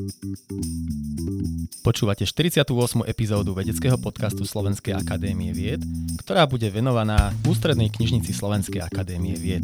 Počúvate 48. epizódu vedeckého podcastu Slovenskej akadémie vied, ktorá bude venovaná ústrednej knižnici Slovenskej akadémie vied.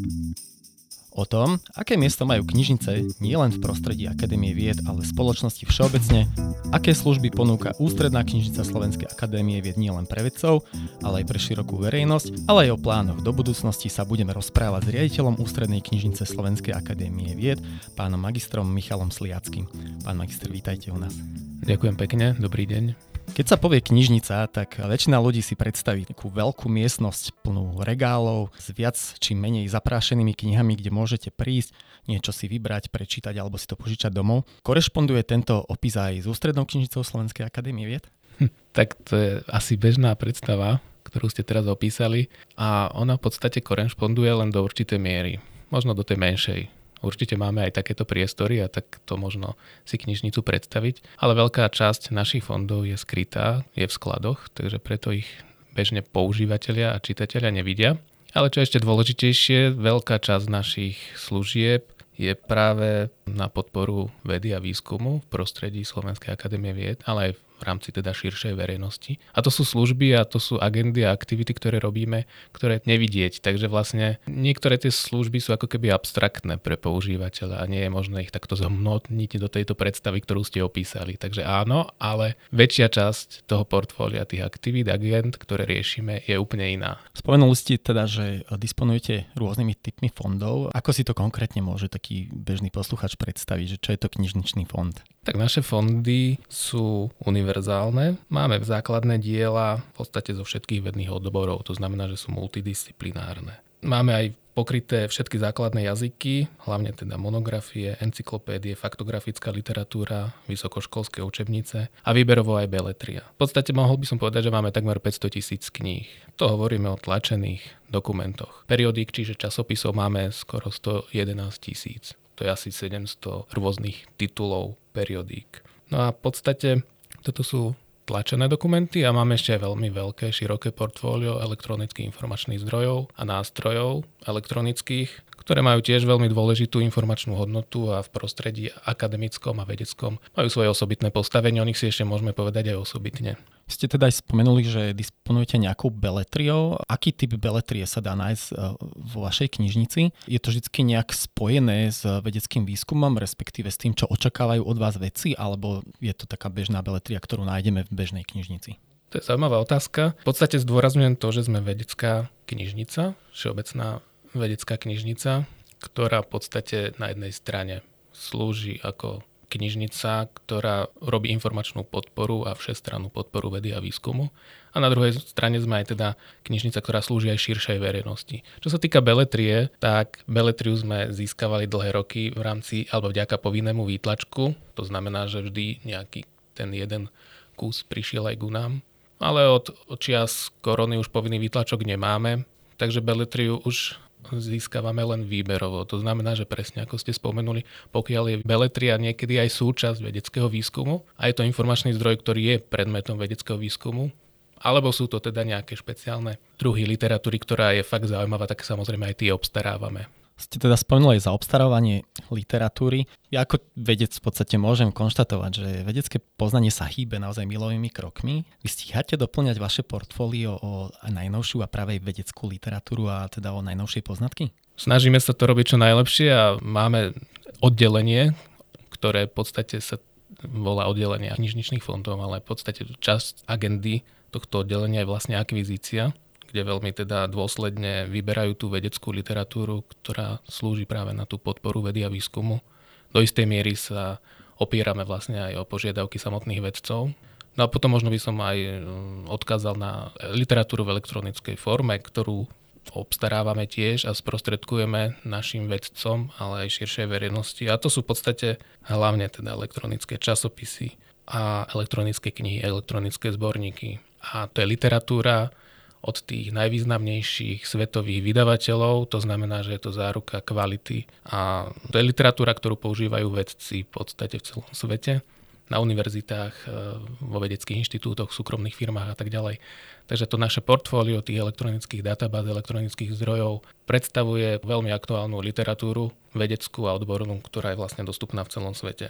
O tom, aké miesto majú knižnice nielen v prostredí Akadémie vied, ale v spoločnosti všeobecne, aké služby ponúka ústredná knižnica Slovenskej akadémie vied nielen pre vedcov, ale aj pre širokú verejnosť, ale aj o plánoch do budúcnosti sa budeme rozprávať s riaditeľom ústrednej knižnice Slovenskej akadémie vied, pánom magistrom Michalom Sliackým. Pán magister, vítajte u nás. Ďakujem pekne, dobrý deň. Keď sa povie knižnica, tak väčšina ľudí si predstaví takú veľkú miestnosť plnú regálov s viac či menej zaprášenými knihami, kde môžete prísť, niečo si vybrať, prečítať alebo si to požičať domov. Korešponduje tento opis aj s ústrednou knižnicou Slovenskej akadémie vied? Tak to je asi bežná predstava, ktorú ste teraz opísali, a ona v podstate korešponduje len do určitej miery, možno do tej menšej. Určite máme aj takéto priestory a tak to možno si knižnicu predstaviť, ale veľká časť našich fondov je skrytá, je v skladoch, takže preto ich bežne používatelia a čitatelia nevidia. Ale čo ešte dôležitejšie, veľká časť našich služieb je práve na podporu vedy a výskumu v prostredí Slovenskej akadémie vied, ale aj v rámci teda širšej verejnosti. A to sú služby a to sú agendy a aktivity, ktoré robíme, ktoré nevidieť. Takže vlastne niektoré tie služby sú ako keby abstraktné pre používateľa a nie je možné ich takto zhmotniť do tejto predstavy, ktorú ste opísali. Takže áno, ale väčšia časť toho portfólia tých aktivít, agent, ktoré riešime, je úplne iná. Spomenuli ste teda, že disponujete rôznymi typmi fondov. Ako si to konkrétne môže taký bežný posluchač predstaviť, že čo je to knižničný fond? Tak naše fondy sú univerzálne. Máme základné diela v podstate zo všetkých vedných odborov, to znamená, že sú multidisciplinárne. Máme aj pokryté všetky základné jazyky, hlavne teda monografie, encyklopédie, faktografická literatúra, vysokoškolské učebnice a výberovo aj beletria. V podstate mohol by som povedať, že máme takmer 500 000 kníh. To hovoríme o tlačených dokumentoch. Periodík, čiže časopisov, máme skoro 111 000. To je asi 700 rôznych titulov periodík. No a v podstate toto sú tlačené dokumenty a máme ešte aj veľmi veľké, široké portfólio elektronických informačných zdrojov a nástrojov elektronických, ktoré majú tiež veľmi dôležitú informačnú hodnotu a v prostredí akademickom a vedeckom majú svoje osobitné postavenie, o nich si ešte môžeme povedať aj osobitne. Ste teda aj spomenuli, že disponujete nejakou beletriou. Aký typ beletrie sa dá nájsť vo vašej knižnici? Je to vždy nejak spojené s vedeckým výskumom, respektíve s tým, čo očakávajú od vás vedci, alebo je to taká bežná beletria, ktorú nájdeme v bežnej knižnici? To je zaujímavá otázka. V podstate zdôrazňujem to, že sme vedecká knižnica, všeobecná vedecká knižnica, ktorá v podstate na jednej strane slúži ako knižnica, ktorá robí informačnú podporu a všestrannú podporu vedy a výskumu. A na druhej strane sme aj teda knižnica, ktorá slúži aj širšej verejnosti. Čo sa týka beletrie, tak beletriu sme získavali dlhé roky v rámci alebo vďaka povinnému výtlačku. To znamená, že vždy nejaký ten jeden kus prišiel aj ku nám. Ale od čias korony už povinný výtlačok nemáme, takže beletriu už získavame len výberovo. To znamená, že presne ako ste spomenuli, pokiaľ je beletria niekedy aj súčasť vedeckého výskumu a je to informačný zdroj, ktorý je predmetom vedeckého výskumu, alebo sú to teda nejaké špeciálne druhy literatúry, ktorá je fakt zaujímavá, tak samozrejme aj tie obstarávame. Ste teda spomenuli aj za obstarávanie literatúry. Ja ako vedec v podstate môžem konštatovať, že vedecké poznanie sa hýbe naozaj milovými krokmi. Vy stíhate doplňať vaše portfólio o najnovšiu a pravej vedeckú literatúru a teda o najnovšie poznatky? Snažíme sa to robiť čo najlepšie a máme oddelenie, ktoré v podstate sa volá oddelenie knižničných fondov, ale v podstate časť agendy tohto oddelenia je vlastne akvizícia, kde veľmi teda dôsledne vyberajú tú vedeckú literatúru, ktorá slúži práve na tú podporu vedy a výskumu. Do istej miery sa opierame vlastne aj o požiadavky samotných vedcov. No a potom možno by som aj odkázal na literatúru v elektronickej forme, ktorú obstarávame tiež a sprostredkujeme našim vedcom, ale aj širšej verejnosti. A to sú v podstate hlavne teda elektronické časopisy a elektronické knihy, elektronické zborníky. A to je literatúra od tých najvýznamnejších svetových vydavateľov, to znamená, že je to záruka kvality a to je literatúra, ktorú používajú vedci v podstate v celom svete, na univerzitách, vo vedeckých inštitútoch, súkromných firmách a tak ďalej. Takže to naše portfólio tých elektronických databáz, elektronických zdrojov predstavuje veľmi aktuálnu literatúru vedeckú a odbornú, ktorá je vlastne dostupná v celom svete.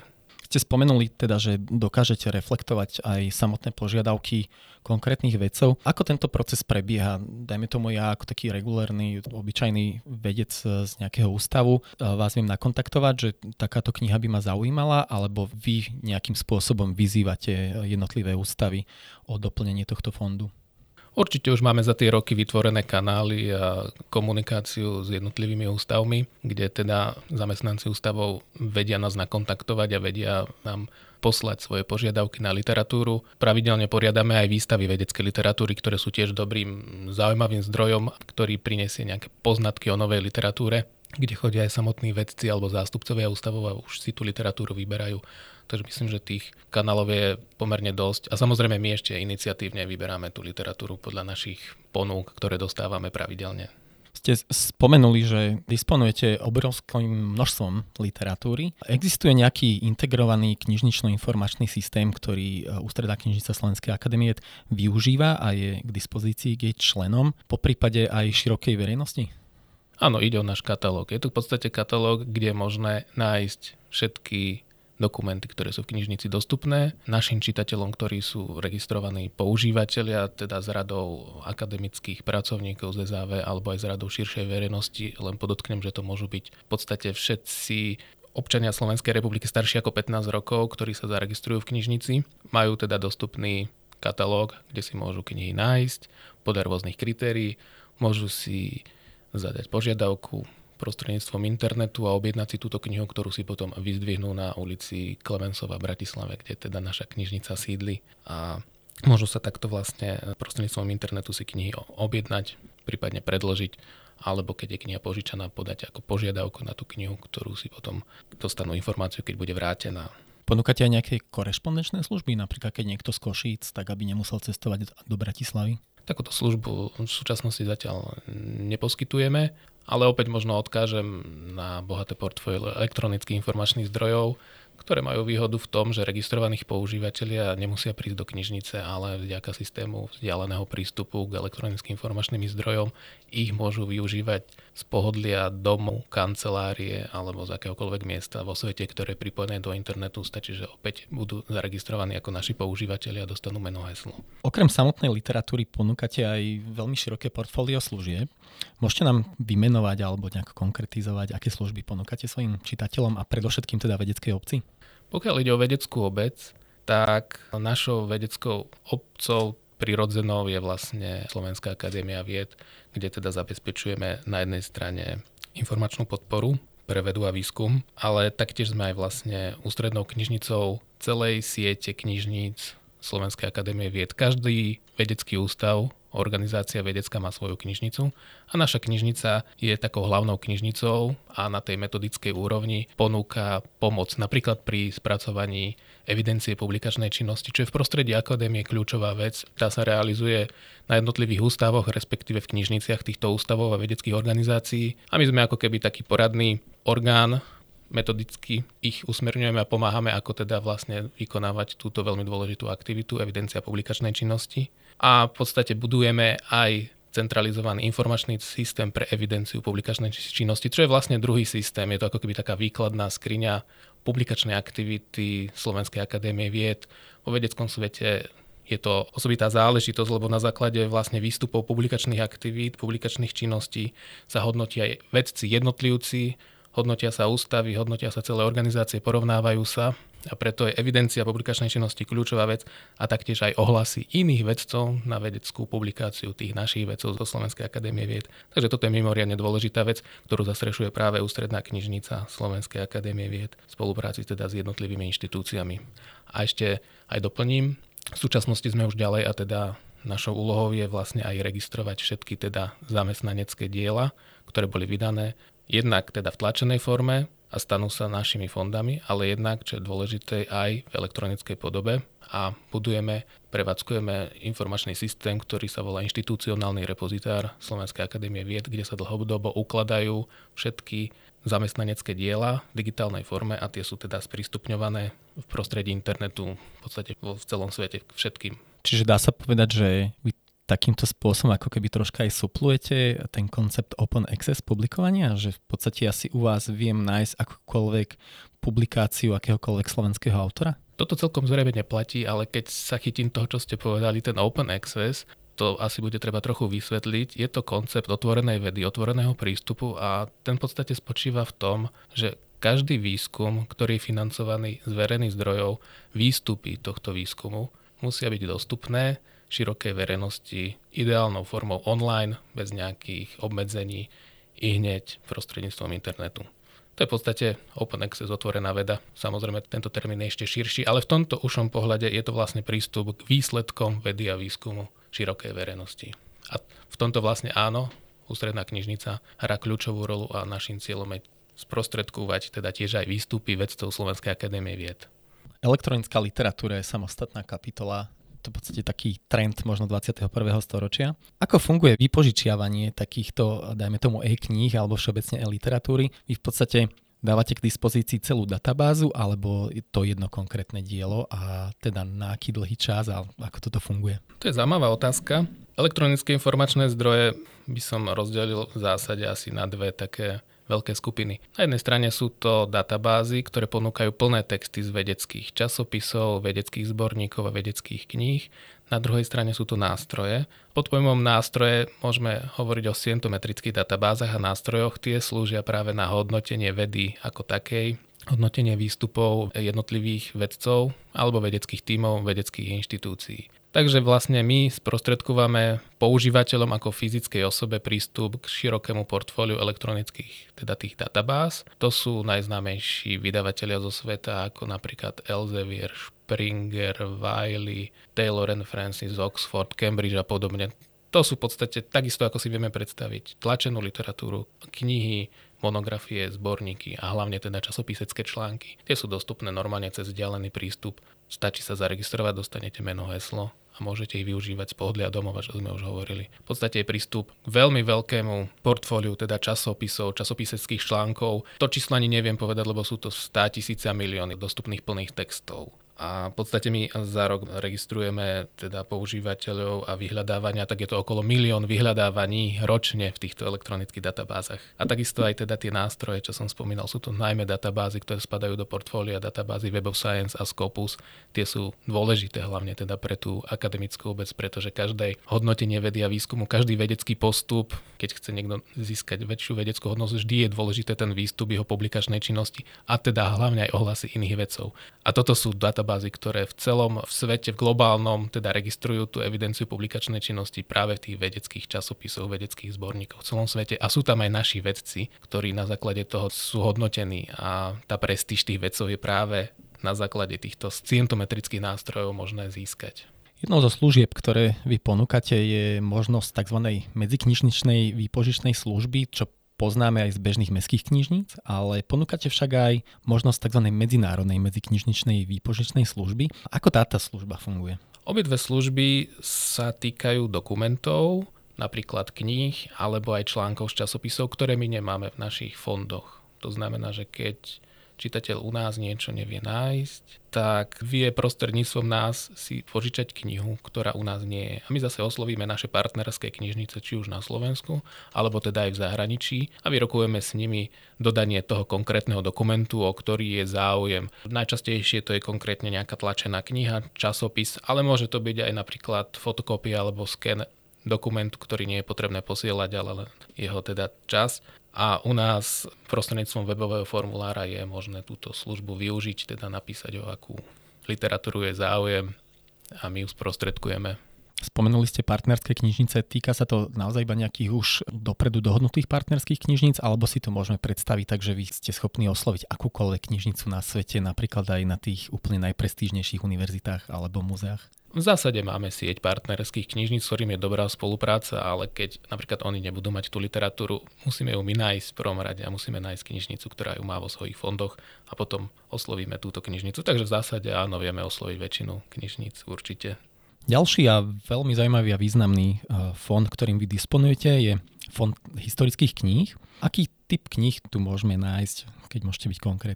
Ste spomenuli teda, že dokážete reflektovať aj samotné požiadavky konkrétnych vedcov. Ako tento proces prebieha? Dajme tomu ja ako taký regulárny, obyčajný vedec z nejakého ústavu vás viem nakontaktovať, že takáto kniha by ma zaujímala, alebo vy nejakým spôsobom vyzývate jednotlivé ústavy o doplnenie tohto fondu? Určite už máme za tie roky vytvorené kanály a komunikáciu s jednotlivými ústavmi, kde teda zamestnanci ústavov vedia nás nakontaktovať a vedia nám poslať svoje požiadavky na literatúru. Pravidelne poriadame aj výstavy vedeckej literatúry, ktoré sú tiež dobrým, zaujímavým zdrojom, ktorý prinesie nejaké poznatky o novej literatúre, kde chodia aj samotní vedci alebo zástupcovia ústavov a už si tú literatúru vyberajú. Takže myslím, že tých kanálov je pomerne dosť. A samozrejme my ešte iniciatívne vyberáme tú literatúru podľa našich ponúk, ktoré dostávame pravidelne. Ste spomenuli, že disponujete obrovským množstvom literatúry. Existuje nejaký integrovaný knižnično-informačný systém, ktorý Ústredná knižnica Slovenskej akadémie využíva a je k dispozícii k jej členom, poprípade aj širokej verejnosti? Áno, ide o náš katalóg. Je to v podstate katalóg, kde je možné nájsť všetky dokumenty, ktoré sú v knižnici dostupné. Našim čitateľom, ktorí sú registrovaní používateľia, teda s radou akademických pracovníkov z ZAV alebo aj s radou širšej verejnosti, len podotknem, že to môžu byť v podstate všetci občania Slovenskej republiky starší ako 15 rokov, ktorí sa zaregistrujú v knižnici, majú teda dostupný katalóg, kde si môžu knihy nájsť podľa rôznych kritérií, môžu si zadať požiadavku prostredníctvom internetu a objednať si túto knihu, ktorú si potom vyzdvihnú na ulici Klemensova v Bratislave, kde teda naša knižnica sídli. A môžu sa takto vlastne prostredníctvom internetu si knihy objednať, prípadne predložiť, alebo keď je kniha požičaná, podať ako požiadavku na tú knihu, ktorú si potom dostanú informáciu, keď bude vrátená. Ponúkate aj nejaké korešpondenčné služby, napríklad keď niekto z Košíc, tak aby nemusel cestovať do Bratislavy? Takúto službu v súčasnosti zatiaľ neposkytujeme, ale opäť možno odkážem na bohaté portfólio elektronických informačných zdrojov, ktoré majú výhodu v tom, že registrovaných používateľia nemusia prísť do knižnice, ale vďaka systému vzdialeného prístupu k elektronickým informačným zdrojom ich môžu využívať z pohodlia domu, kancelárie alebo z akéhokoľvek miesta vo svete, ktoré je pripojené do internetu. Stačí, že opäť budú zaregistrovaní ako naši používateľia a dostanú meno a heslo. Okrem samotnej literatúry ponúkate aj veľmi široké portfólio služieb. Môžete nám vymenovať alebo nejako konkretizovať, aké služby ponúkate svojim čitateľom a predovšetkým teda vedeckej obci? Pokiaľ ide o vedeckú obec, tak našou vedeckou obcou prirodzenou je vlastne Slovenská akadémia vied, kde teda zabezpečujeme na jednej strane informačnú podporu pre vedu a výskum, ale taktiež sme aj vlastne ústrednou knižnicou celej siete knižníc Slovenskej akadémie vied. Každý vedecký ústav, organizácia vedecká má svoju knižnicu a naša knižnica je takou hlavnou knižnicou a na tej metodickej úrovni ponúka pomoc napríklad pri spracovaní evidencie publikačnej činnosti, čo je v prostredí akadémie kľúčová vec. Tá sa realizuje na jednotlivých ústavoch, respektíve v knižniciach týchto ústavov a vedeckých organizácií a my sme ako keby taký poradný orgán, metodicky ich usmerňujeme a pomáhame, ako teda vlastne vykonávať túto veľmi dôležitú aktivitu, evidencia publikačnej činnosti. A v podstate budujeme aj centralizovaný informačný systém pre evidenciu publikačnej činnosti, čo je vlastne druhý systém. Je to ako keby taká výkladná skriňa publikačnej aktivity Slovenskej akadémie vied. Vo vedeckom svete je to osobitá záležitosť, lebo na základe vlastne výstupov publikačných aktivít, publikačných činností sa hodnotia aj vedci jednotlivci, hodnotia sa ústavy, hodnotia sa celé organizácie, porovnávajú sa a preto je evidencia publikačnej činnosti kľúčová vec a taktiež aj ohlasy iných vedcov na vedeckú publikáciu tých našich vedcov zo Slovenskej akadémie vied. Takže toto je mimoriadne dôležitá vec, ktorú zastrešuje práve Ústredná knižnica Slovenskej akadémie vied v spolupráci teda s jednotlivými inštitúciami. A ešte aj doplním, v súčasnosti sme už ďalej a teda našou úlohou je vlastne aj registrovať všetky teda zamestnanecké diela, ktoré boli vydané jednak teda v tlačenej forme a stanú sa našimi fondami, ale jednak, čo je dôležité, aj v elektronickej podobe a budujeme, prevádzkujeme informačný systém, ktorý sa volá inštitucionálny repozitár Slovenskej akadémie vied, kde sa dlhodobo ukladajú všetky zamestnanecké diela v digitálnej forme a tie sú teda sprístupňované v prostredí internetu v podstate v celom svete všetkým. Čiže dá sa povedať, že vy takýmto spôsobom ako keby troška aj suplujete ten koncept open access publikovania, že v podstate ja si u vás viem nájsť akúkoľvek publikáciu akéhokoľvek slovenského autora? Toto celkom zrejme neplatí, ale keď sa chytím toho, čo ste povedali, ten open access, to asi bude treba trochu vysvetliť. Je to koncept otvorenej vedy, otvoreného prístupu a ten v podstate spočíva v tom, že každý výskum, ktorý je financovaný z verejných zdrojov, výstupy tohto výskumu musia byť dostupné širokej verejnosti ideálnou formou online, bez nejakých obmedzení i hneď prostredníctvom internetu. To je v podstate open access, otvorená veda. Samozrejme, tento termín je ešte širší, ale v tomto ušom pohľade je to vlastne prístup k výsledkom vedy a výskumu širokej verejnosti. A v tomto vlastne áno, Ústredná knižnica hrá kľúčovú rolu a našim cieľom je sprostredkovať teda tiež aj výstupy vedcov Slovenskej akadémie vied. Elektronická literatúra je samostatná kapitola, to je v podstate taký trend možno 21. storočia. Ako funguje vypožičiavanie takýchto, dajme tomu e-kníh alebo všeobecne e-literatúry? Vy v podstate dávate k dispozícii celú databázu alebo to jedno konkrétne dielo a teda na aký dlhý čas a ako toto funguje? To je zaujímavá otázka. Elektronické informačné zdroje by som rozdelil v zásade asi na dve také veľké skupiny. Na jednej strane sú to databázy, ktoré ponúkajú plné texty z vedeckých časopisov, vedeckých zborníkov a vedeckých kníh. Na druhej strane sú to nástroje. Pod pojmom nástroje môžeme hovoriť o scientometrických databázach a nástrojoch. Tie slúžia práve na hodnotenie vedy ako takej, hodnotenie výstupov jednotlivých vedcov alebo vedeckých tímov, vedeckých inštitúcií. Takže vlastne my sprostredkúvame používateľom ako fyzickej osobe prístup k širokému portfóliu elektronických, teda tých databáz. To sú najznámejší vydavatelia zo sveta, ako napríklad Elsevier, Springer, Wiley, Taylor & Francis, Oxford, Cambridge a podobne. To sú v podstate takisto, ako si vieme predstaviť, tlačenú literatúru, knihy, monografie, zborníky a hlavne teda časopisecké články. Tie sú dostupné normálne cez vzdialený prístup. Stačí sa zaregistrovať, dostanete meno, heslo a môžete ich využívať z pohodlia domova, čo sme už hovorili. V podstate je prístup k veľmi veľkému portfóliu, teda časopisov, časopiseckých článkov. To číslo ani neviem povedať, lebo sú to 100 000 a milióny dostupných plných textov. A v podstate my za rok registrujeme teda používateľov a vyhľadávania, tak je to okolo 1 000 000 vyhľadávaní ročne v týchto elektronických databázach. A takisto aj teda tie nástroje, čo som spomínal, sú to najmä databázy, ktoré spadajú do portfólia databázy Web of Science a Scopus. Tie sú dôležité hlavne teda pre tú akademickú obec, pretože každé hodnotenie vedy a výskumu, každý vedecký postup, keď chce niekto získať väčšiu vedeckú hodnotu, vždy je dôležité ten výstup jeho publikačnej činnosti a teda hlavne aj ohlasy iných vedcov. A toto sú databázy, ktoré v celom svete, v globálnom, teda registrujú tú evidenciu publikačnej činnosti práve v tých vedeckých časopisoch, vedeckých zborníkoch v celom svete. A sú tam aj naši vedci, ktorí na základe toho sú hodnotení a tá prestíž tých vedcov je práve na základe týchto scientometrických nástrojov možné získať. Jednou zo služieb, ktoré vy ponúkate, je možnosť tzv. Medziknižničnej výpožičnej služby, čo poznáme aj z bežných mestských knižníc, ale ponúkate však aj možnosť tzv. Medzinárodnej medziknižničnej výpožičnej služby. Ako táto služba funguje? Obidve služby sa týkajú dokumentov, napríklad kníh, alebo aj článkov z časopisov, ktoré my nemáme v našich fondoch. To znamená, že keď čitateľ u nás niečo nevie nájsť, tak vie prostredníctvom nás si požičať knihu, ktorá u nás nie je. A my zase oslovíme naše partnerské knižnice, či už na Slovensku, alebo teda aj v zahraničí a vyrokujeme s nimi dodanie toho konkrétneho dokumentu, o ktorý je záujem. Najčastejšie to je konkrétne nejaká tlačená kniha, časopis, ale môže to byť aj napríklad fotokópia alebo sken dokumentu, ktorý nie je potrebné posielať, ale len jeho teda čas. A u nás prostredníctvom webového formulára je možné túto službu využiť, teda napísať, o akú literatúru je záujem a my ju sprostredkujeme. Spomenuli ste partnerské knižnice, týka sa to naozaj iba nejakých už dopredu dohodnutých partnerských knižníc, alebo si to môžeme predstaviť tak, že vy ste schopní osloviť akúkoľvek knižnicu na svete, napríklad aj na tých úplne najprestížnejších univerzitách alebo múzeách? V zásade máme sieť partnerských knižníc, s ktorým je dobrá spolupráca, ale keď napríklad oni nebudú mať tú literatúru, musíme ju my nájsť v prvom rade a musíme nájsť knižnicu, ktorá ju má vo svojich fondoch a potom oslovíme túto knižnicu. Takže v zásade áno, vieme osloviť väčšinu knižníc určite. Ďalší a veľmi zaujímavý a významný fond, ktorým vy disponujete, je fond historických kníh. Aký typ kníh tu môžeme nájsť, keď môžete byť konkrétny? V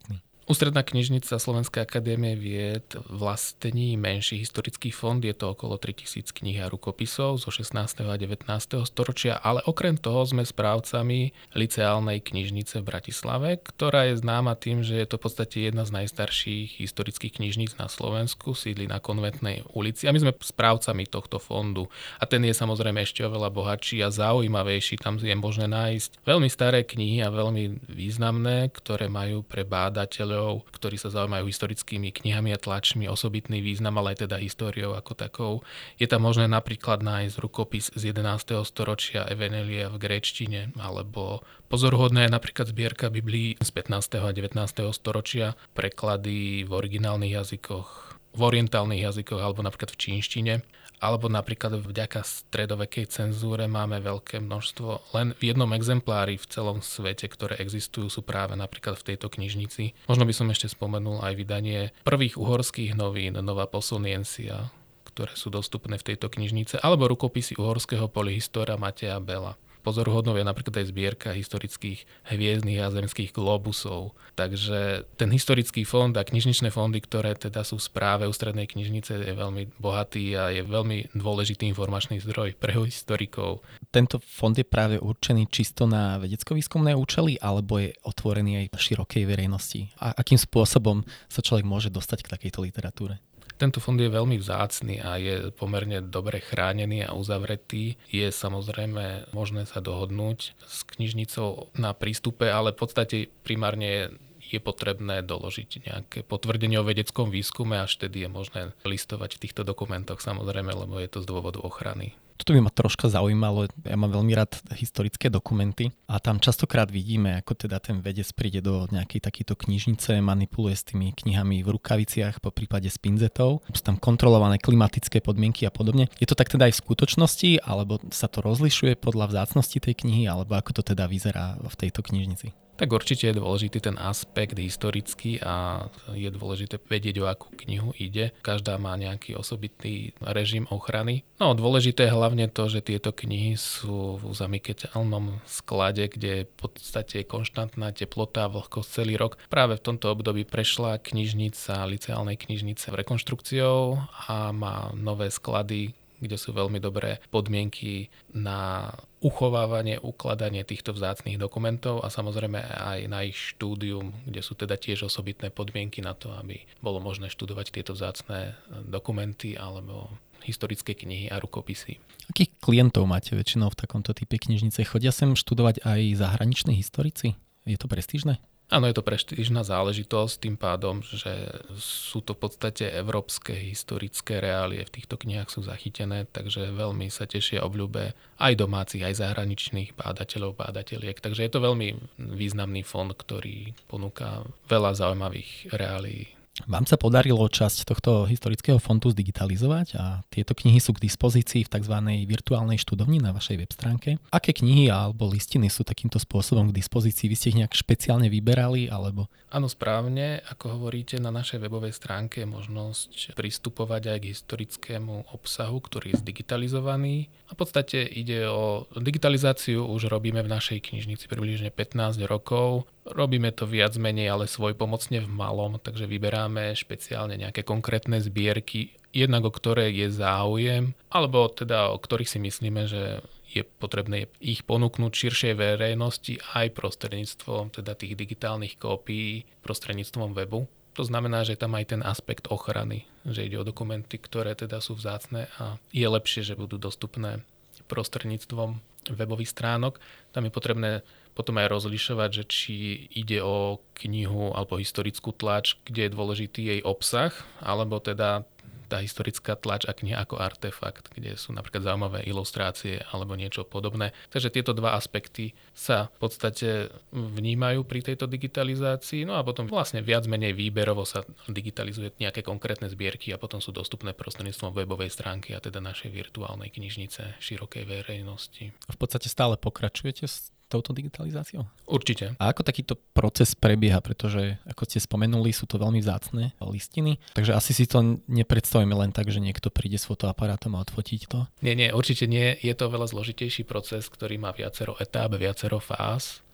Ústredná knižnica Slovenskej akadémie vied vlastní menší historický fond, je to okolo 3000 kníh a rukopisov zo 16. a 19. storočia, ale okrem toho sme správcami liceálnej knižnice v Bratislave, ktorá je známa tým, že je to v podstate jedna z najstarších historických knižníc na Slovensku, sídli na Konventnej ulici a my sme správcami tohto fondu. A ten je samozrejme ešte oveľa bohatší a zaujímavejší, tam je možné nájsť veľmi staré knihy a veľmi významné, ktoré majú pre bádateľov, ktorí sa zaujímajú historickými knihami a tlačmi, osobitný význam, ale aj teda históriou ako takou. Je tam možné napríklad nájsť rukopis z 11. storočia Evangelia v gréčtine, alebo pozoruhodné je napríklad zbierka Biblií z 15. a 19. storočia, preklady v originálnych jazykoch, v orientálnych jazykoch alebo napríklad v čínštine. Alebo napríklad vďaka stredovekej cenzúre máme veľké množstvo, len v jednom exemplári v celom svete, ktoré existujú, sú práve napríklad v tejto knižnici. Možno by som ešte spomenul aj vydanie prvých uhorských novín Nová Posuniencia, ktoré sú dostupné v tejto knižnice, alebo rukopisy uhorského polyhistóra Mateja Bela. Pozoruhodnou je napríklad aj zbierka historických hviezdnych a zemských globusov. Takže ten historický fond a knižničné fondy, ktoré teda sú v správe ústrednej knižnice, je veľmi bohatý a je veľmi dôležitý informačný zdroj pre historikov. Tento fond je práve určený čisto na vedecko-výskumné účely alebo je otvorený aj širokej verejnosti? A akým spôsobom sa človek môže dostať k takejto literatúre? Tento fond je veľmi vzácny a je pomerne dobre chránený a uzavretý. Je samozrejme možné sa dohodnúť s knižnicou na prístupe, ale v podstate primárne je potrebné doložiť nejaké potvrdenie o vedeckom výskume, až vtedy je možné listovať v týchto dokumentoch samozrejme, lebo je to z dôvodu ochrany. Toto by ma troška zaujímalo, ja mám veľmi rád historické dokumenty a tam častokrát vidíme, ako teda ten vedec príde do nejakej takejto knižnice, manipuluje s tými knihami v rukaviciach, po prípade s pinzetou, sú tam kontrolované klimatické podmienky a podobne. Je to tak teda aj v skutočnosti, alebo sa to rozlišuje podľa vzácnosti tej knihy, alebo ako to teda vyzerá v tejto knižnici? Tak určite je dôležitý ten aspekt historický a je dôležité vedieť, o akú knihu ide. Každá má nejaký osobitný režim ochrany. No dôležité je hlavne to, že tieto knihy sú v zamykateľnom sklade, kde je v podstate konštantná teplota a vlhkosť celý rok. Práve v tomto období prešla knižnica, liceálnej knižnice rekonštrukciou a má nové sklady, kde sú veľmi dobré podmienky na uchovávanie, ukladanie týchto vzácnych dokumentov a samozrejme aj na ich štúdium, kde sú teda tiež osobitné podmienky na to, aby bolo možné študovať tieto vzácne dokumenty alebo historické knihy a rukopisy. Akých klientov máte väčšinou v takomto type knižnice? Chodia sem študovať aj zahraniční historici? Je to prestížne? Áno, je to prestížna záležitosť tým pádom, že sú to v podstate európske historické reálie v týchto knihách sú zachytené, takže veľmi sa tešia obľúbe aj domácich, aj zahraničných bádateľov, bádateliek. Takže je to veľmi významný fond, ktorý ponúka veľa zaujímavých reálií. Vám sa podarilo časť tohto historického fondu zdigitalizovať a tieto knihy sú k dispozícii v tzv. Virtuálnej študovni na vašej web stránke. Aké knihy alebo listiny sú takýmto spôsobom k dispozícii? Vy ste ich nejak špeciálne vyberali alebo? Áno, správne. Ako hovoríte, na našej webovej stránke je možnosť pristupovať aj k historickému obsahu, ktorý je zdigitalizovaný. A v podstate ide o digitalizáciu, už robíme v našej knižnici približne 15 rokov. Robíme to viac menej, ale svojpomocne v malom, takže vyberáme špeciálne nejaké konkrétne zbierky, jednak o ktoré je záujem, alebo teda o ktorých si myslíme, že je potrebné ich ponúknuť širšej verejnosti aj prostredníctvom teda tých digitálnych kópií, prostredníctvom webu. To znamená, že tam aj ten aspekt ochrany, že ide o dokumenty, ktoré teda sú vzácne a je lepšie, že budú dostupné prostredníctvom webových stránok. Tam je potrebné potom aj rozlišovať, že či ide o knihu alebo historickú tlač, kde je dôležitý jej obsah, alebo teda tá historická tlač a kniha ako artefakt, kde sú napríklad zaujímavé ilustrácie alebo niečo podobné. Takže tieto dva aspekty sa v podstate vnímajú pri tejto digitalizácii, no a potom vlastne viac menej výberovo sa digitalizuje nejaké konkrétne zbierky a potom sú dostupné prostredníctvom webovej stránky a teda našej virtuálnej knižnice širokej verejnosti. V podstate stále pokračujete s touto digitalizáciou? Určite. A ako takýto proces prebieha, pretože ako ste spomenuli, sú to veľmi vzácne listiny, takže asi si to nepredstavíme len tak, že niekto príde s fotoaparátom a odfotiť to? Nie, určite nie. Je to veľa zložitejší proces, ktorý má viacero etáp, viacero fáz.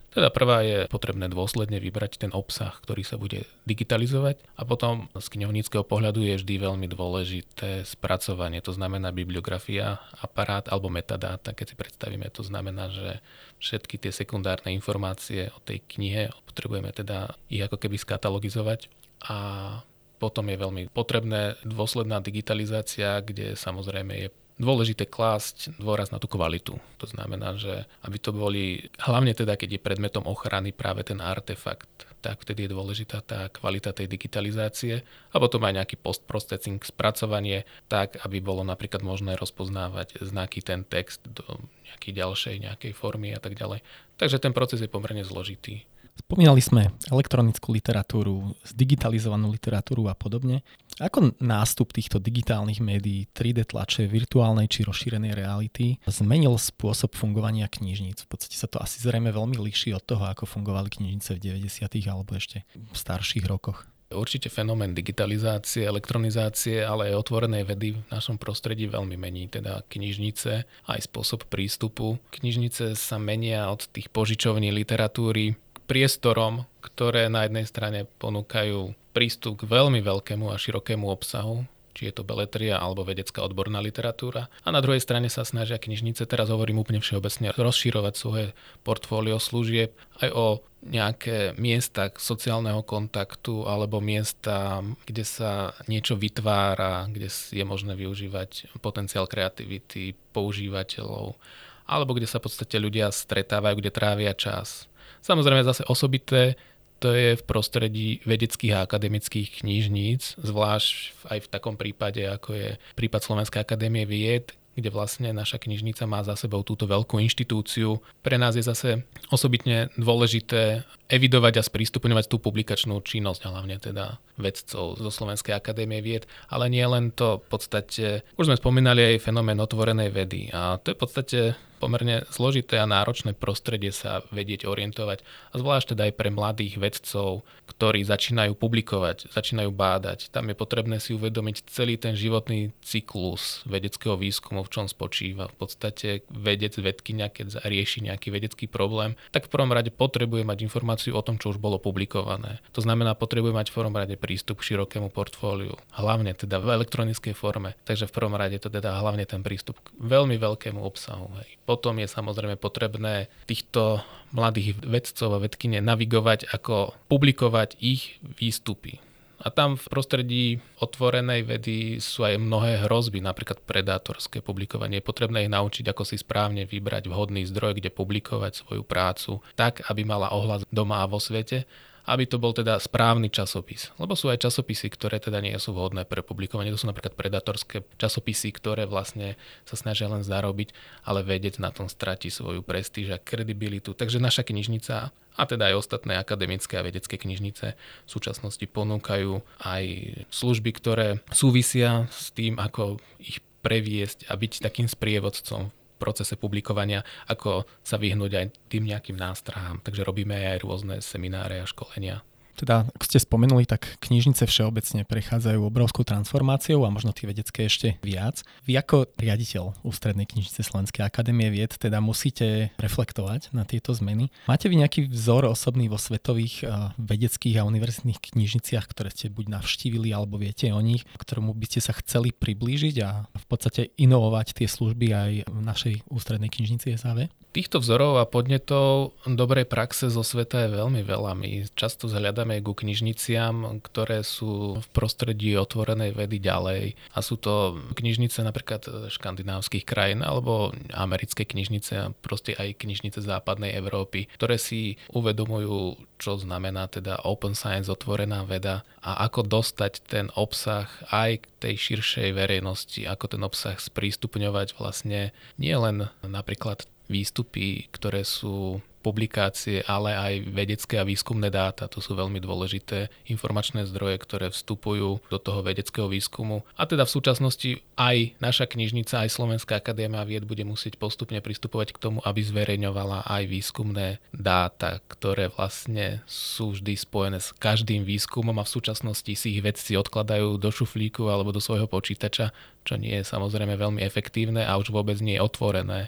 Teda prvá je potrebné dôsledne vybrať ten obsah, ktorý sa bude digitalizovať, a potom z knihovníckeho pohľadu je vždy veľmi dôležité spracovanie, to znamená bibliografia, aparát alebo metadáta, keď si predstavíme. To znamená, že všetky tie sekundárne informácie o tej knihe potrebujeme teda ich ako keby skatalogizovať, a potom je veľmi potrebné dôsledná digitalizácia, kde samozrejme je dôležité klásť dôraz na tú kvalitu. To znamená, že aby to boli, hlavne teda, keď je predmetom ochrany práve ten artefakt, tak vtedy je dôležitá tá kvalita tej digitalizácie a potom aj nejaký post-processing, spracovanie, tak, aby bolo napríklad možné rozpoznávať znaky, ten text do nejakej ďalšej formy a tak ďalej. Takže ten proces je pomerne zložitý. Spomínali sme elektronickú literatúru, zdigitalizovanú literatúru a podobne. Ako nástup týchto digitálnych médií, 3D tlače, virtuálnej či rozšírenej reality zmenil spôsob fungovania knižníc? V podstate sa to asi zrejme veľmi líši od toho, ako fungovali knižnice v 90. alebo ešte v starších rokoch. Určite fenomén digitalizácie, elektronizácie, ale aj otvorenej vedy v našom prostredí veľmi mení teda knižnice, aj spôsob prístupu. Knižnice sa menia od tých požičovní literatúry priestorom, ktoré na jednej strane ponúkajú prístup k veľmi veľkému a širokému obsahu, či je to beletria alebo vedecká odborná literatúra. A na druhej strane sa snažia knižnice, teraz hovorím úplne všeobecne, rozširovať svoje portfólio služieb aj o nejaké miesta sociálneho kontaktu alebo miesta, kde sa niečo vytvára, kde je možné využívať potenciál kreativity používateľov, alebo kde sa v podstate ľudia stretávajú, kde trávia čas. Samozrejme zase osobité to je v prostredí vedeckých a akademických knižníc, zvlášť aj v takom prípade, ako je prípad Slovenskej akadémie vied, kde vlastne naša knižnica má za sebou túto veľkú inštitúciu. Pre nás je zase osobitne dôležité evidovať a sprístupňovať tú publikačnú činnosť, hlavne teda vedcov zo Slovenskej akadémie vied, ale nie len to, v podstate, už sme spomínali aj fenomén otvorenej vedy a to je v podstate pomerne zložité a náročné prostredie sa vedieť orientovať, a zvlášť teda aj pre mladých vedcov, ktorí začínajú publikovať, začínajú bádať. Tam je potrebné si uvedomiť celý ten životný cyklus vedeckého výskumu, v čom spočíva. V podstate vedkyňa, keď rieši nejaký vedecký problém, tak v prvom rade potrebuje mať informáciu o tom, čo už bolo publikované. To znamená, potrebuje mať v prvom rade prístup k širokému portfóliu, hlavne teda v elektronickej forme. Takže v prvom rade to teda hlavne ten prístup k veľmi veľkému obsahu. Hej. Potom je samozrejme potrebné týchto mladých vedcov a vedkyne navigovať, ako publikovať ich výstupy. A tam v prostredí otvorenej vedy sú aj mnohé hrozby, napríklad predátorské publikovanie. Je potrebné ich naučiť, ako si správne vybrať vhodný zdroj, kde publikovať svoju prácu, tak, aby mala ohlas doma a vo svete, aby to bol teda správny časopis. Lebo sú aj časopisy, ktoré teda nie sú vhodné pre publikovanie. To sú napríklad predátorské časopisy, ktoré vlastne sa snažia len zarobiť, ale vedec na tom stratí svoju prestíž a kredibilitu. Takže naša knižnica a teda aj ostatné akademické a vedecké knižnice v súčasnosti ponúkajú aj služby, ktoré súvisia s tým, ako ich previesť a byť takým sprievodcom procese publikovania, ako sa vyhnúť aj tým nejakým nástrahám. Takže robíme aj rôzne semináre a školenia. Teda, ako ste spomenuli, tak knižnice všeobecne prechádzajú obrovskou transformáciou a možno tie vedecké ešte viac. Vy ako riaditeľ Ústrednej knižnice Slovenskej akadémie vied teda musíte reflektovať na tieto zmeny. Máte vy nejaký vzor osobný vo svetových vedeckých a univerzitných knižniciach, ktoré ste buď navštívili alebo viete o nich, ktorému by ste sa chceli priblížiť a v podstate inovovať tie služby aj v našej Ústrednej knižnici SAV? Týchto vzorov a podnetov dobrej praxe zo sveta je veľmi veľa. My často zhľadáme ku knižniciam, ktoré sú v prostredí otvorenej vedy ďalej. A sú to knižnice napríklad škandinávskych krajín alebo americké knižnice a proste aj knižnice západnej Európy, ktoré si uvedomujú, čo znamená teda open science, otvorená veda a ako dostať ten obsah aj k tej širšej verejnosti, ako ten obsah sprístupňovať vlastne nie len napríklad výstupy, ktoré sú publikácie, ale aj vedecké a výskumné dáta. To sú veľmi dôležité informačné zdroje, ktoré vstupujú do toho vedeckého výskumu. A teda v súčasnosti aj naša knižnica, aj Slovenská akadémia vied bude musieť postupne pristupovať k tomu, aby zverejňovala aj výskumné dáta, ktoré vlastne sú vždy spojené s každým výskumom a v súčasnosti si ich vedci odkladajú do šuflíku alebo do svojho počítača, čo nie je samozrejme veľmi efektívne a už vôbec nie je otvorené.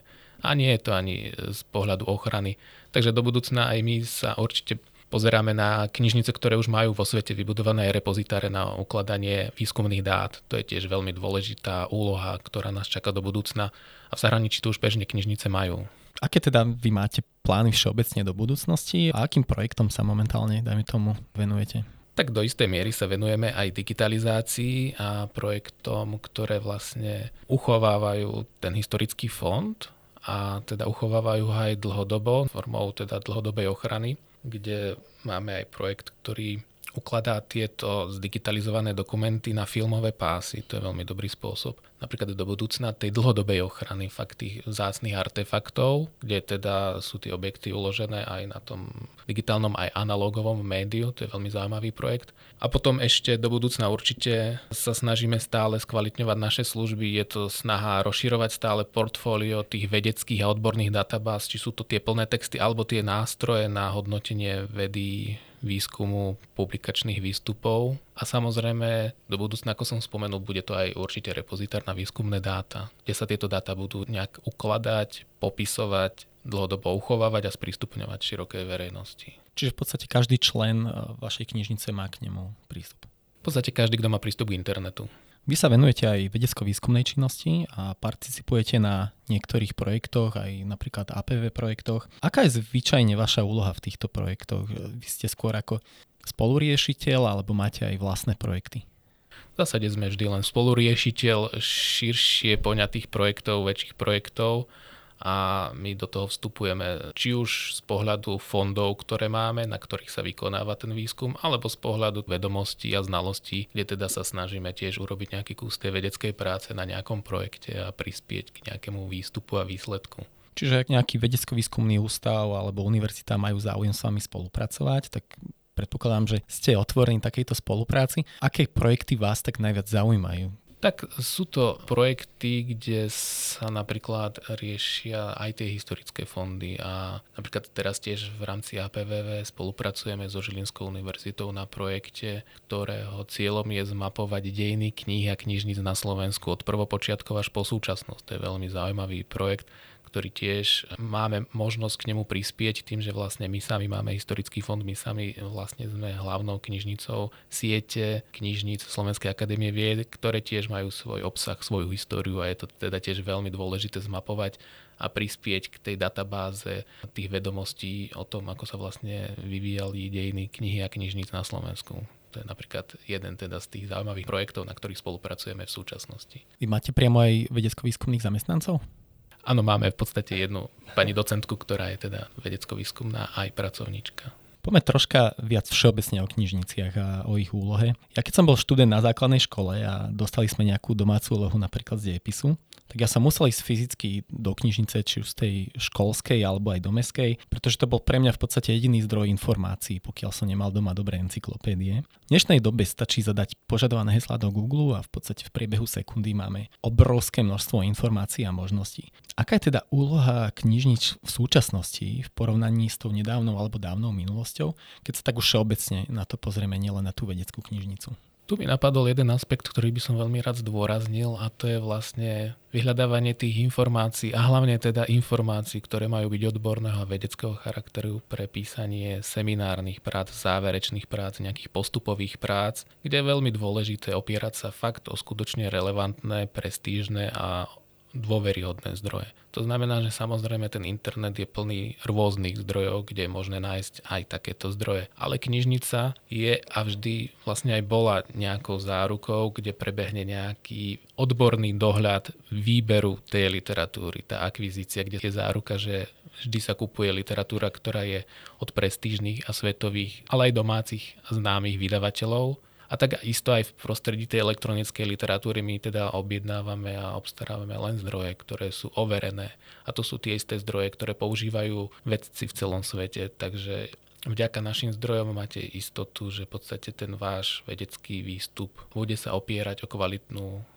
A nie je to ani z pohľadu ochrany. Takže do budúcna aj my sa určite pozeráme na knižnice, ktoré už majú vo svete vybudované repozitáre na ukladanie výskumných dát. To je tiež veľmi dôležitá úloha, ktorá nás čaká do budúcna. A v zahraničí to už bežne knižnice majú. Aké teda vy máte plány všeobecne do budúcnosti a akým projektom sa momentálne, dajme tomu, venujete? Tak do istej miery sa venujeme aj digitalizácii a projektom, ktoré vlastne uchovávajú ten historický fond a teda uchovávajú ho aj dlhodobo, formou teda dlhodobej ochrany, kde máme aj projekt, ktorý ukladá tieto zdigitalizované dokumenty na filmové pásy. To je veľmi dobrý spôsob. Napríklad do budúcna tej dlhodobej ochrany fakt tých vzácnych artefaktov, kde teda sú tie objekty uložené aj na tom digitálnom aj analogovom médiu. To je veľmi zaujímavý projekt. A potom ešte do budúcna určite sa snažíme stále skvalitňovať naše služby. Je to snaha rozširovať stále portfólio tých vedeckých a odborných databáz, či sú to tie plné texty alebo tie nástroje na hodnotenie vedy, výskumu, publikačných výstupov a samozrejme do budúcna, ako som spomenul, bude to aj určite repozitár na výskumné dáta, kde sa tieto dáta budú nejak ukladať, popisovať, dlhodobo uchovávať a sprístupňovať širokej verejnosti. Čiže v podstate každý člen vašej knižnice má k nemu prístup? V podstate každý, kto má prístup k internetu. Vy sa venujete aj vedecko-výskumnej činnosti a participujete na niektorých projektoch, aj napríklad APV projektoch. Aká je zvyčajne vaša úloha v týchto projektoch? Vy ste skôr ako spoluriešiteľ alebo máte aj vlastné projekty? V zásade sme vždy len spoluriešiteľ širšie poňatých projektov, väčších projektov a my do toho vstupujeme či už z pohľadu fondov, ktoré máme, na ktorých sa vykonáva ten výskum, alebo z pohľadu vedomostí a znalostí, kde teda sa snažíme tiež urobiť nejaký kus tej vedeckej práce na nejakom projekte a prispieť k nejakému výstupu a výsledku. Čiže ak nejaký vedecko-výskumný ústav alebo univerzita majú záujem s vami spolupracovať, tak predpokladám, že ste otvorení takejto spolupráci. Aké projekty vás tak najviac zaujímajú? Tak sú to projekty, kde sa napríklad riešia aj tie historické fondy a napríklad teraz tiež v rámci APVV spolupracujeme so Žilinskou univerzitou na projekte, ktorého cieľom je zmapovať dejiny kníh a knižníc na Slovensku od prvopočiatkov až po súčasnosť. To je veľmi zaujímavý projekt, ktorý tiež máme možnosť k nemu prispieť tým, že vlastne my sami máme historický fond, my sami vlastne sme hlavnou knižnicou siete knižníc Slovenskej akadémie vied, ktoré tiež majú svoj obsah, svoju históriu a je to teda tiež veľmi dôležité zmapovať a prispieť k tej databáze tých vedomostí o tom, ako sa vlastne vyvíjali dejiny knihy a knižníc na Slovensku. To je napríklad jeden teda z tých zaujímavých projektov, na ktorých spolupracujeme v súčasnosti. Vy máte priamo aj vedecko-výskumných zamestnancov? Áno, máme v podstate jednu pani docentku, ktorá je teda vedecko-výskumná aj pracovníčka. Poďme troška viac všeobecne o knižniciach a o ich úlohe. Ja keď som bol študent na základnej škole a dostali sme nejakú domácu úlohu napríklad z dejepisu, tak ja som musel ísť fyzicky do knižnice, či už z tej školskej alebo aj do mestskej, pretože to bol pre mňa v podstate jediný zdroj informácií, pokiaľ som nemal doma dobré encyklopédie. V dnešnej dobe stačí zadať požadované heslá do Google a v podstate v priebehu sekundy máme obrovské množstvo informácií a možností. Aká je teda úloha knižnic v súčasnosti v porovnaní s tou nedávnou alebo dávnou minulosťou, keď sa tak už všeobecne na to pozrieme, nielen na tú vedeckú knižnicu? Tu mi napadol jeden aspekt, ktorý by som veľmi rád zdôraznil a to je vlastne vyhľadávanie tých informácií a hlavne teda informácií, ktoré majú byť odborného a vedeckého charakteru pre písanie seminárnych prác, záverečných prác, nejakých postupových prác, kde je veľmi dôležité opierať sa fakt o skutočne relevantné, prestížne a dôveryhodné zdroje. To znamená, že samozrejme ten internet je plný rôznych zdrojov, kde je možné nájsť aj takéto zdroje. Ale knižnica je a vždy vlastne aj bola nejakou zárukou, kde prebehne nejaký odborný dohľad výberu tej literatúry, tá akvizícia, kde je záruka, že vždy sa kupuje literatúra, ktorá je od prestížnych a svetových, ale aj domácich a známych vydavateľov. A tak isto aj v prostredí tej elektronickej literatúry my teda objednávame a obstarávame len zdroje, ktoré sú overené. A to sú tie isté zdroje, ktoré používajú vedci v celom svete. Takže vďaka našim zdrojom máte istotu, že v podstate ten váš vedecký výstup bude sa opierať o kvalitnú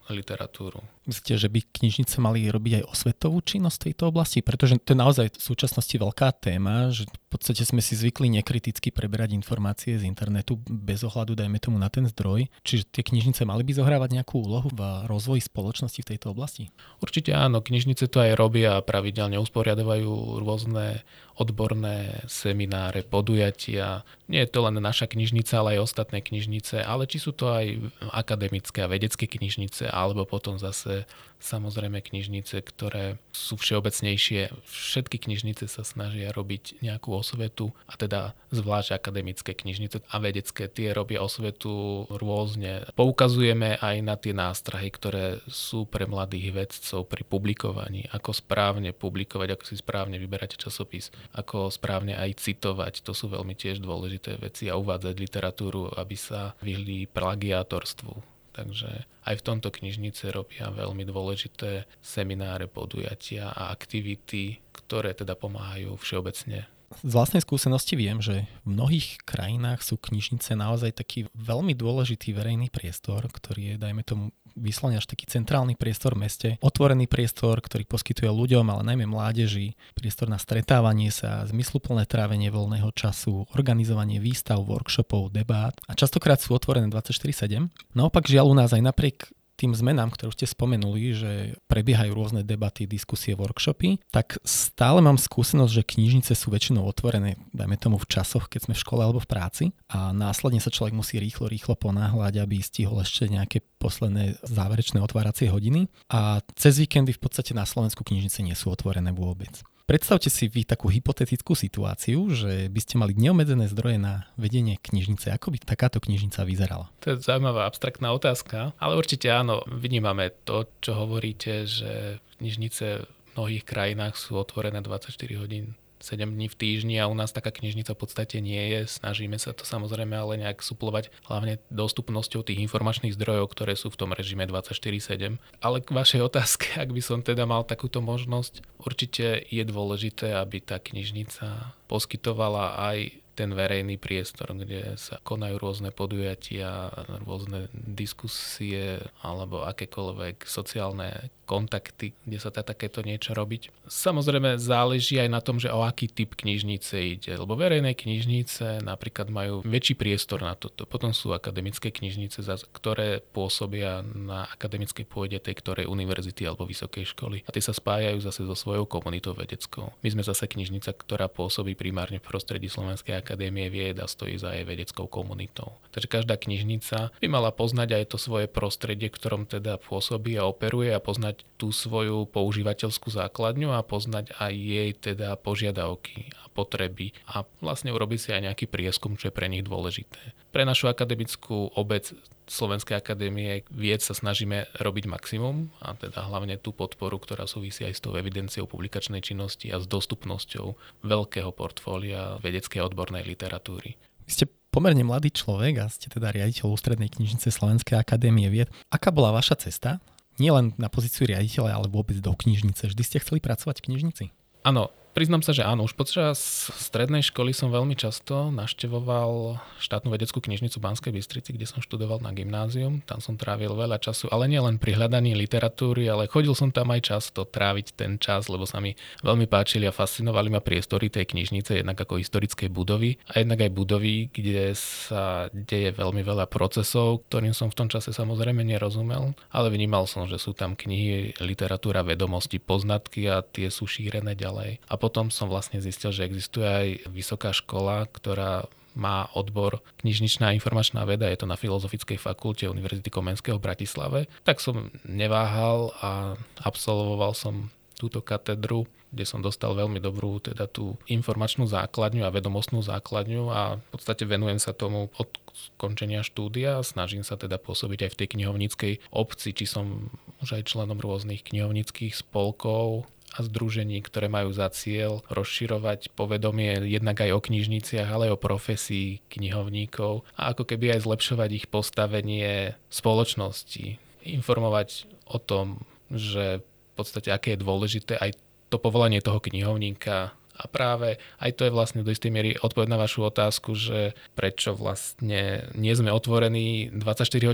literatúru. Myslíte, že by knižnice mali robiť aj osvetovú činnosť v tejto oblasti? Pretože to je naozaj v súčasnosti veľká téma, že v podstate sme si zvykli nekriticky preberať informácie z internetu bez ohľadu, dajme tomu, na ten zdroj. Čiže tie knižnice mali by zohrávať nejakú úlohu v rozvoji spoločnosti v tejto oblasti? Určite áno, knižnice to aj robia a pravidelne usporiadavajú rôzne odborné semináre, podujatia. Nie je to len naša knižnica, ale aj ostatné knižnice, ale či sú to aj akademické a vedecké knižnice, alebo potom zase samozrejme knižnice, ktoré sú všeobecnejšie. Všetky knižnice sa snažia robiť nejakú osvetu, a teda zvlášť akademické knižnice a vedecké, tie robia osvetu rôzne. Poukazujeme aj na tie nástrahy, ktoré sú pre mladých vedcov pri publikovaní, ako správne publikovať, ako si správne vyberať časopis, ako správne aj citovať. To sú veľmi tiež dôležité veci a uvádzať literatúru, aby sa vyhli plagiátorstvu. Takže aj v tomto knižnice robia veľmi dôležité semináre, podujatia a aktivity, ktoré teda pomáhajú všeobecne. Z vlastnej skúsenosti viem, že v mnohých krajinách sú knižnice naozaj taký veľmi dôležitý verejný priestor, ktorý je, dajme tomu, vyslovene až taký centrálny priestor v meste, otvorený priestor, ktorý poskytuje ľuďom, ale najmä mládeži, priestor na stretávanie sa, zmysluplné trávenie voľného času, organizovanie výstav, workshopov, debát a častokrát sú otvorené 24/7. Naopak žiaľ u nás aj napriek tým zmenám, ktoré už ste spomenuli, že prebiehajú rôzne debaty, diskusie, workshopy, tak stále mám skúsenosť, že knižnice sú väčšinou otvorené, dajme tomu v časoch, keď sme v škole alebo v práci a následne sa človek musí rýchlo ponáhľať, aby stihol ešte nejaké posledné záverečné otváracie hodiny a cez víkendy v podstate na Slovensku knižnice nie sú otvorené vôbec. Predstavte si vy takú hypotetickú situáciu, že by ste mali neobmedzené zdroje na vedenie knižnice. Ako by takáto knižnica vyzerala? To je zaujímavá abstraktná otázka, ale určite áno, vnímame to, čo hovoríte, že knižnice v mnohých krajinách sú otvorené 24 hodín 7 dní v týždni a u nás taká knižnica v podstate nie je. Snažíme sa to samozrejme ale nejak suplovať hlavne dostupnosťou tých informačných zdrojov, ktoré sú v tom režime 24/7. Ale k vašej otázke, ak by som teda mal takúto možnosť, určite je dôležité, aby tá knižnica poskytovala aj ten verejný priestor, kde sa konajú rôzne podujatia, rôzne diskusie alebo akékoľvek sociálne kontakty, kde sa dá takéto niečo robiť. Samozrejme záleží aj na tom, že o aký typ knižnice ide, lebo verejné knižnice napríklad majú väčší priestor na toto. Potom sú akademické knižnice, ktoré pôsobia na akademickej pôde tej ktorej univerzity alebo vysokej školy a tie sa spájajú zase so svojou komunitou vedeckou. My sme zase knižnica, ktorá pôsobí primárne v prostredí Slovenskej akadémie vied a stojí za jej vedeckou komunitou. Takže každá knižnica by mala poznať aj to svoje prostredie, v ktorom teda pôsobí a operuje a poznať tú svoju používateľskú základňu a poznať aj jej teda požiadavky a potreby a vlastne urobiť si aj nejaký prieskum, čo je pre nich dôležité. Pre našu akademickú obec Slovenskej akadémie vied sa snažíme robiť maximum a teda hlavne tú podporu, ktorá súvisí aj s tou evidenciou publikačnej činnosti a s dostupnosťou veľkého portfólia vedeckej a odbornej literatúry. Vy ste pomerne mladý človek a ste teda riaditeľ Ústrednej knižnice Slovenskej akadémie vied. Aká bola vaša cesta? Nie len na pozíciu riaditeľa, ale vôbec do knižnice. Vždy ste chceli pracovať v knižnici? Áno, priznám sa, že áno. Už počas strednej školy som veľmi často navštevoval štátnu vedeckú knižnicu v Banskej Bystrici, kde som študoval na gymnázium. Tam som trávil veľa času, ale nie len pri hľadaní literatúry, ale chodil som tam aj často tráviť ten čas, lebo sa mi veľmi páčili a fascinovali ma priestory tej knižnice, jednak ako historické budovy a jednak aj budovy, kde sa deje veľmi veľa procesov, ktorým som v tom čase samozrejme nerozumel, ale vnímal som, že sú tam knihy, literatúra, vedomosti, poznatky a tie sú šírené ďalej. A potom som vlastne zistil, že existuje aj vysoká škola, ktorá má odbor knižničná a informačná veda, je to na Filozofickej fakulte Univerzity Komenského v Bratislave. Tak som neváhal a absolvoval som túto katedru, kde som dostal veľmi dobrú teda tú informačnú základňu a vedomostnú základňu a v podstate venujem sa tomu od skončenia štúdia a snažím sa teda pôsobiť aj v tej knihovníckej obci, či som už aj členom rôznych knihovníckych spolkov a združení, ktoré majú za cieľ rozširovať povedomie jednak aj o knižniciach, ale aj o profesii knihovníkov a ako keby aj zlepšovať ich postavenie v spoločnosti. Informovať o tom, že v podstate aké je dôležité aj to povolanie toho knihovníka. A práve aj to je vlastne do istej miery odpoveď na vašu otázku, že prečo vlastne nie sme otvorení 24 hodín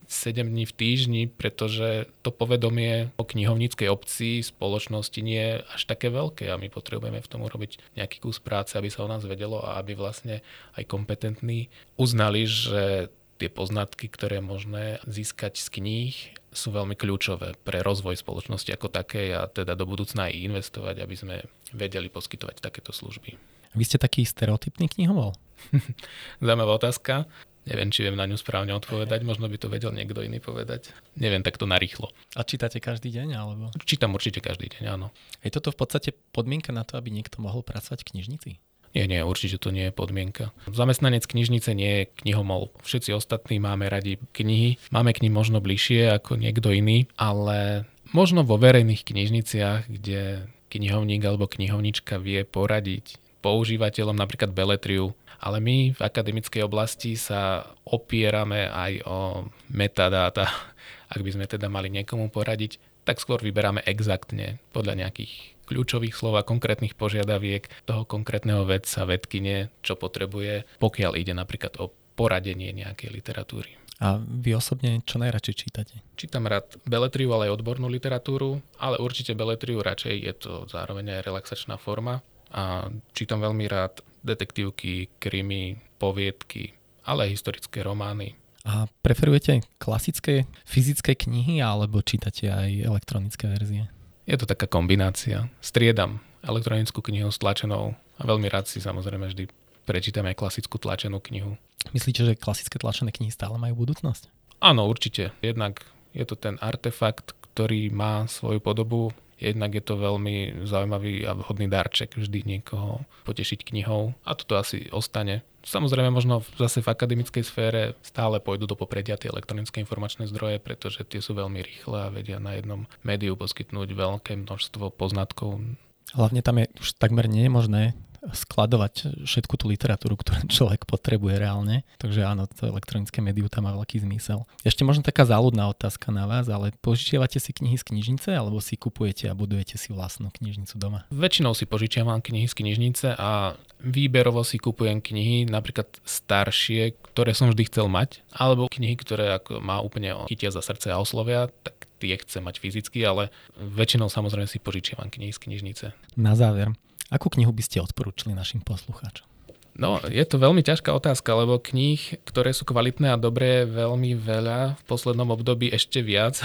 7 dní v týždni, pretože to povedomie o knihovníckej obci, spoločnosti nie je až také veľké a my potrebujeme v tom urobiť nejaký kus práce, aby sa o nás vedelo a aby vlastne aj kompetentní uznali, že tie poznatky, ktoré je možné získať z kníh, sú veľmi kľúčové pre rozvoj spoločnosti ako takej a teda do budúcna aj investovať, aby sme vedeli poskytovať takéto služby. Vy ste taký stereotypný knihomol? Zaujímavá otázka. Neviem, či viem na ňu správne odpovedať, možno by to vedel niekto iný povedať. Neviem takto narýchlo. A čítate každý deň, alebo? Čítam určite každý deň, áno. Je toto v podstate podmienka na to, aby niekto mohol pracovať v knižnici? Nie, určite to nie je podmienka. Zamestnanec knižnice nie je knihomol. Všetci ostatní máme radi knihy, máme k nim možno bližšie ako niekto iný, ale možno vo verejných knižniciach, kde knihovník alebo knihovnička vie poradiť používateľom napríklad beletriu, ale my v akademickej oblasti sa opierame aj o metadáta. Ak by sme teda mali niekomu poradiť, tak skôr vyberáme exaktne podľa nejakých kľúčových slov a konkrétnych požiadaviek toho konkrétneho vedca, vedkyne, čo potrebuje, pokiaľ ide napríklad o poradenie nejakej literatúry. A vy osobne čo najradšej čítate? Čítam rád beletriu, ale aj odbornú literatúru, ale určite beletriu radšej, je to zároveň aj relaxačná forma. A čítam veľmi rád detektívky, krimi, poviedky, ale aj historické romány. A preferujete klasické fyzické knihy alebo čítate aj elektronické verzie? Je to taká kombinácia. Striedam elektronickú knihu s tlačenou a veľmi rád si samozrejme vždy prečítam aj klasickú tlačenú knihu. Myslíte, že klasické tlačené knihy stále majú budúcnosť? Áno, určite. Jednak je to ten artefakt, ktorý má svoju podobu. Jednak je to veľmi zaujímavý a vhodný darček vždy niekoho potešiť knihou a toto asi ostane. Samozrejme možno zase v akademickej sfére stále pôjdu do popredia tie elektronické informačné zdroje, pretože tie sú veľmi rýchle a vedia na jednom médiu poskytnúť veľké množstvo poznatkov. Hlavne tam je už takmer nemožné skladovať všetku tú literatúru, ktorú človek potrebuje reálne. Takže áno, to elektronické médium tam má veľký zmysel. Ešte možno taká záľudná otázka na vás, ale požičiavate si knihy z knižnice alebo si kupujete a budujete si vlastnú knižnicu doma? Väčšinou si požičiavam knihy z knižnice a výberovo si kupujem knihy, napríklad staršie, ktoré som vždy chcel mať, alebo knihy, ktoré ako ma úplne chytia za srdce a oslovia, tak tie chcem mať fyzicky, ale väčšinou samozrejme si požičiavam knihy z knižnice. Na záver, akú knihu by ste odporúčili našim poslucháčom? No, je to veľmi ťažká otázka, lebo kníh, ktoré sú kvalitné a dobré, je veľmi veľa. V poslednom období ešte viac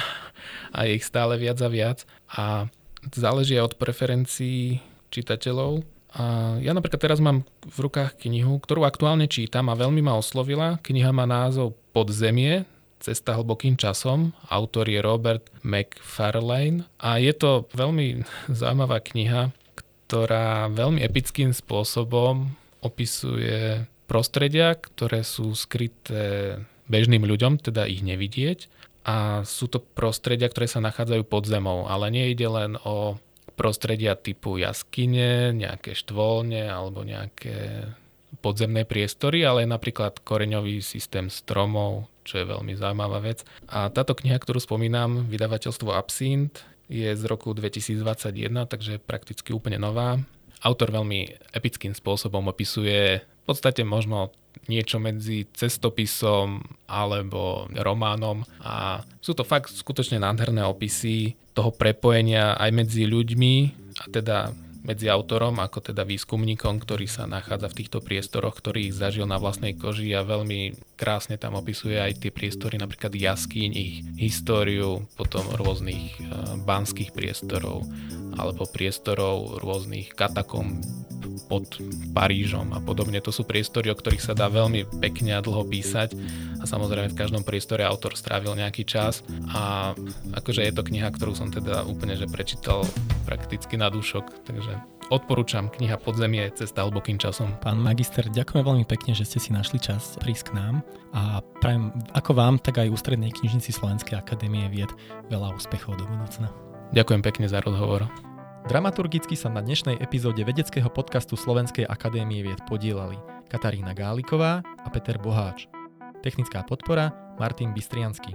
a je ich stále viac a viac. A záleží od preferencií čitateľov. A ja napríklad teraz mám v rukách knihu, ktorú aktuálne čítam a veľmi ma oslovila. Kniha má názov Podzemie, Cesta hlbokým časom. Autor je Robert Macfarlane a je to veľmi zaujímavá kniha, ktorá veľmi epickým spôsobom opisuje prostredia, ktoré sú skryté bežným ľuďom, teda ich nevidieť. A sú to prostredia, ktoré sa nachádzajú pod zemou, ale nie ide len o prostredia typu jaskyne, nejaké štvolne alebo nejaké podzemné priestory, ale napríklad koreňový systém stromov, čo je veľmi zaujímavá vec. A táto kniha, ktorú spomínam, vydavateľstvo Absint, je z roku 2021, takže prakticky úplne nová. Autor veľmi epickým spôsobom opisuje v podstate možno niečo medzi cestopisom alebo románom a sú to fakt skutočne nádherné opisy toho prepojenia aj medzi ľuďmi a teda medzi autorom ako teda výskumníkom, ktorý sa nachádza v týchto priestoroch, ktorý ich zažil na vlastnej koži a veľmi krásne tam opisuje aj tie priestory, napríklad jaskýň, ich históriu, potom rôznych banských priestorov alebo priestorov rôznych katakomb pod Parížom a podobne. To sú priestory, o ktorých sa dá veľmi pekne a dlho písať a samozrejme v každom priestore autor strávil nejaký čas a akože je to kniha, ktorú som teda úplne že prečítal prakticky na dušok, takže odporúčam kniha Podzemie, Cesta hlbokým časom. Pán magister, ďakujem veľmi pekne, že ste si našli čas prísť k nám a prajem ako vám, tak aj Ústrednej knižnici Slovenskej akadémie vied veľa úspechov do budúcna. Ďakujem pekne za rozhovor. Dramaturgicky sa na dnešnej epizóde vedeckého podcastu Slovenskej akadémie vied podielali Katarína Gáliková a Peter Boháč. Technická podpora Martin Bystriansky.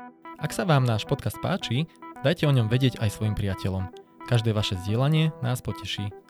Ak sa vám náš podcast páči, dajte o ňom vedieť aj svojim priateľom. Každé vaše zdieľanie nás poteší.